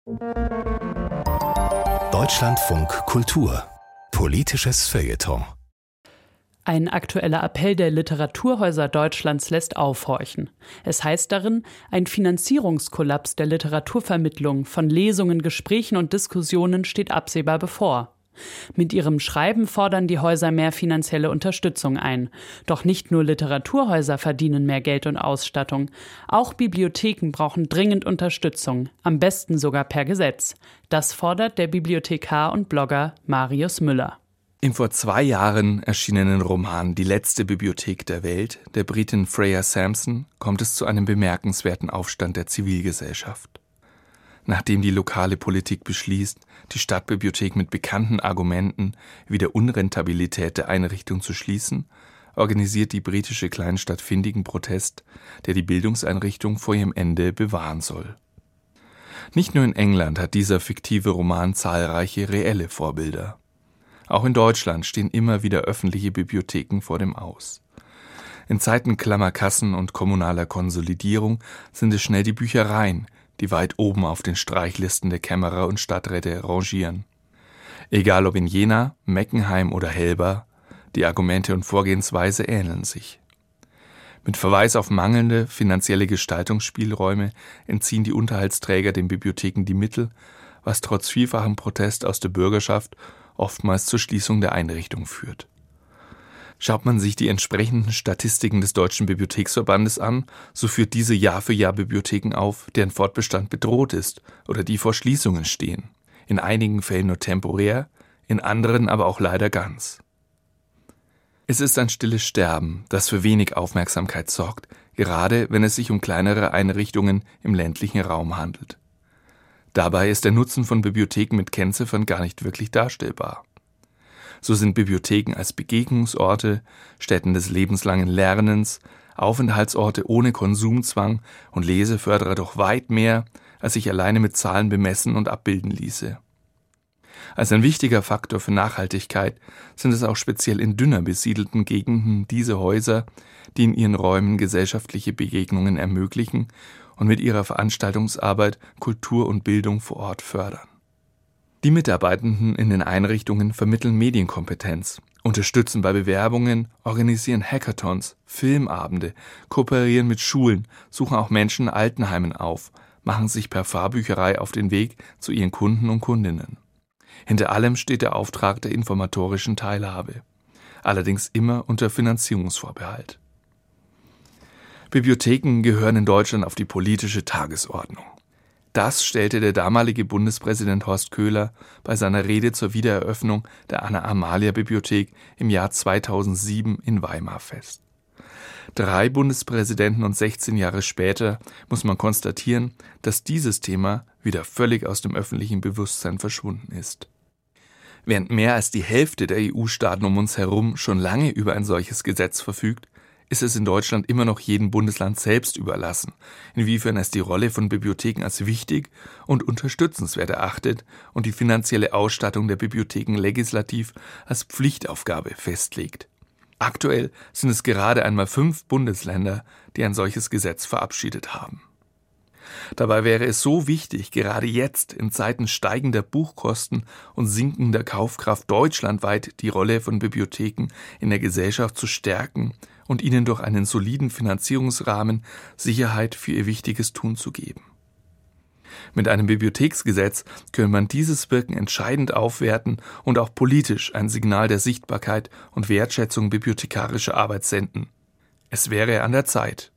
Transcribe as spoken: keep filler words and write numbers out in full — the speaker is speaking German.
Deutschlandfunk Kultur. Politisches Feuilleton. Ein aktueller Appell der Literaturhäuser Deutschlands lässt aufhorchen. Es heißt darin, ein Finanzierungskollaps der Literaturvermittlung von Lesungen, Gesprächen und Diskussionen steht absehbar bevor. Mit ihrem Schreiben fordern die Häuser mehr finanzielle Unterstützung ein. Doch nicht nur Literaturhäuser verdienen mehr Geld und Ausstattung. Auch Bibliotheken brauchen dringend Unterstützung, am besten sogar per Gesetz. Das fordert der Bibliothekar und Blogger Marius Müller. Im vor zwei Jahren erschienenen Roman »Die letzte Bibliothek der Welt« der Britin Freya Sampson kommt es zu einem bemerkenswerten Aufstand der Zivilgesellschaft. Nachdem die lokale Politik beschließt, die Stadtbibliothek mit bekannten Argumenten wie der Unrentabilität der Einrichtung zu schließen, organisiert die britische Kleinstadt findigen Protest, der die Bildungseinrichtung vor ihrem Ende bewahren soll. Nicht nur in England hat dieser fiktive Roman zahlreiche reelle Vorbilder. Auch in Deutschland stehen immer wieder öffentliche Bibliotheken vor dem Aus. In Zeiten Klammerkassen und kommunaler Konsolidierung sind es schnell die Büchereien, die weit oben auf den Streichlisten der Kämmerer und Stadträte rangieren. Egal ob in Jena, Meckenheim oder Helber, die Argumente und Vorgehensweise ähneln sich. Mit Verweis auf mangelnde finanzielle Gestaltungsspielräume entziehen die Unterhaltsträger den Bibliotheken die Mittel, was trotz vielfachem Protest aus der Bürgerschaft oftmals zur Schließung der Einrichtung führt. Schaut man sich die entsprechenden Statistiken des Deutschen Bibliotheksverbandes an, so führt diese Jahr für Jahr Bibliotheken auf, deren Fortbestand bedroht ist oder die vor Schließungen stehen. In einigen Fällen nur temporär, in anderen aber auch leider ganz. Es ist ein stilles Sterben, das für wenig Aufmerksamkeit sorgt, gerade wenn es sich um kleinere Einrichtungen im ländlichen Raum handelt. Dabei ist der Nutzen von Bibliotheken mit Kennziffern gar nicht wirklich darstellbar. So sind Bibliotheken als Begegnungsorte, Stätten des lebenslangen Lernens, Aufenthaltsorte ohne Konsumzwang und Leseförderer doch weit mehr, als sich alleine mit Zahlen bemessen und abbilden ließe. Als ein wichtiger Faktor für Nachhaltigkeit sind es auch speziell in dünner besiedelten Gegenden diese Häuser, die in ihren Räumen gesellschaftliche Begegnungen ermöglichen und mit ihrer Veranstaltungsarbeit Kultur und Bildung vor Ort fördern. Die Mitarbeitenden in den Einrichtungen vermitteln Medienkompetenz, unterstützen bei Bewerbungen, organisieren Hackathons, Filmabende, kooperieren mit Schulen, suchen auch Menschen in Altenheimen auf, machen sich per Fahrbücherei auf den Weg zu ihren Kunden und Kundinnen. Hinter allem steht der Auftrag der informatorischen Teilhabe, allerdings immer unter Finanzierungsvorbehalt. Bibliotheken gehören in Deutschland auf die politische Tagesordnung. Das stellte der damalige Bundespräsident Horst Köhler bei seiner Rede zur Wiedereröffnung der Anna-Amalia-Bibliothek im Jahr zweitausendsieben in Weimar fest. Drei Bundespräsidenten und sechzehn Jahre später muss man konstatieren, dass dieses Thema wieder völlig aus dem öffentlichen Bewusstsein verschwunden ist. Während mehr als die Hälfte der E U-Staaten um uns herum schon lange über ein solches Gesetz verfügt, ist es in Deutschland immer noch jedem Bundesland selbst überlassen, inwiefern es die Rolle von Bibliotheken als wichtig und unterstützenswert erachtet und die finanzielle Ausstattung der Bibliotheken legislativ als Pflichtaufgabe festlegt. Aktuell sind es gerade einmal fünf Bundesländer, die ein solches Gesetz verabschiedet haben. Dabei wäre es so wichtig, gerade jetzt in Zeiten steigender Buchkosten und sinkender Kaufkraft deutschlandweit die Rolle von Bibliotheken in der Gesellschaft zu stärken und ihnen durch einen soliden Finanzierungsrahmen Sicherheit für ihr wichtiges Tun zu geben. Mit einem Bibliotheksgesetz könnte man dieses Wirken entscheidend aufwerten und auch politisch ein Signal der Sichtbarkeit und Wertschätzung bibliothekarischer Arbeit senden. Es wäre an der Zeit.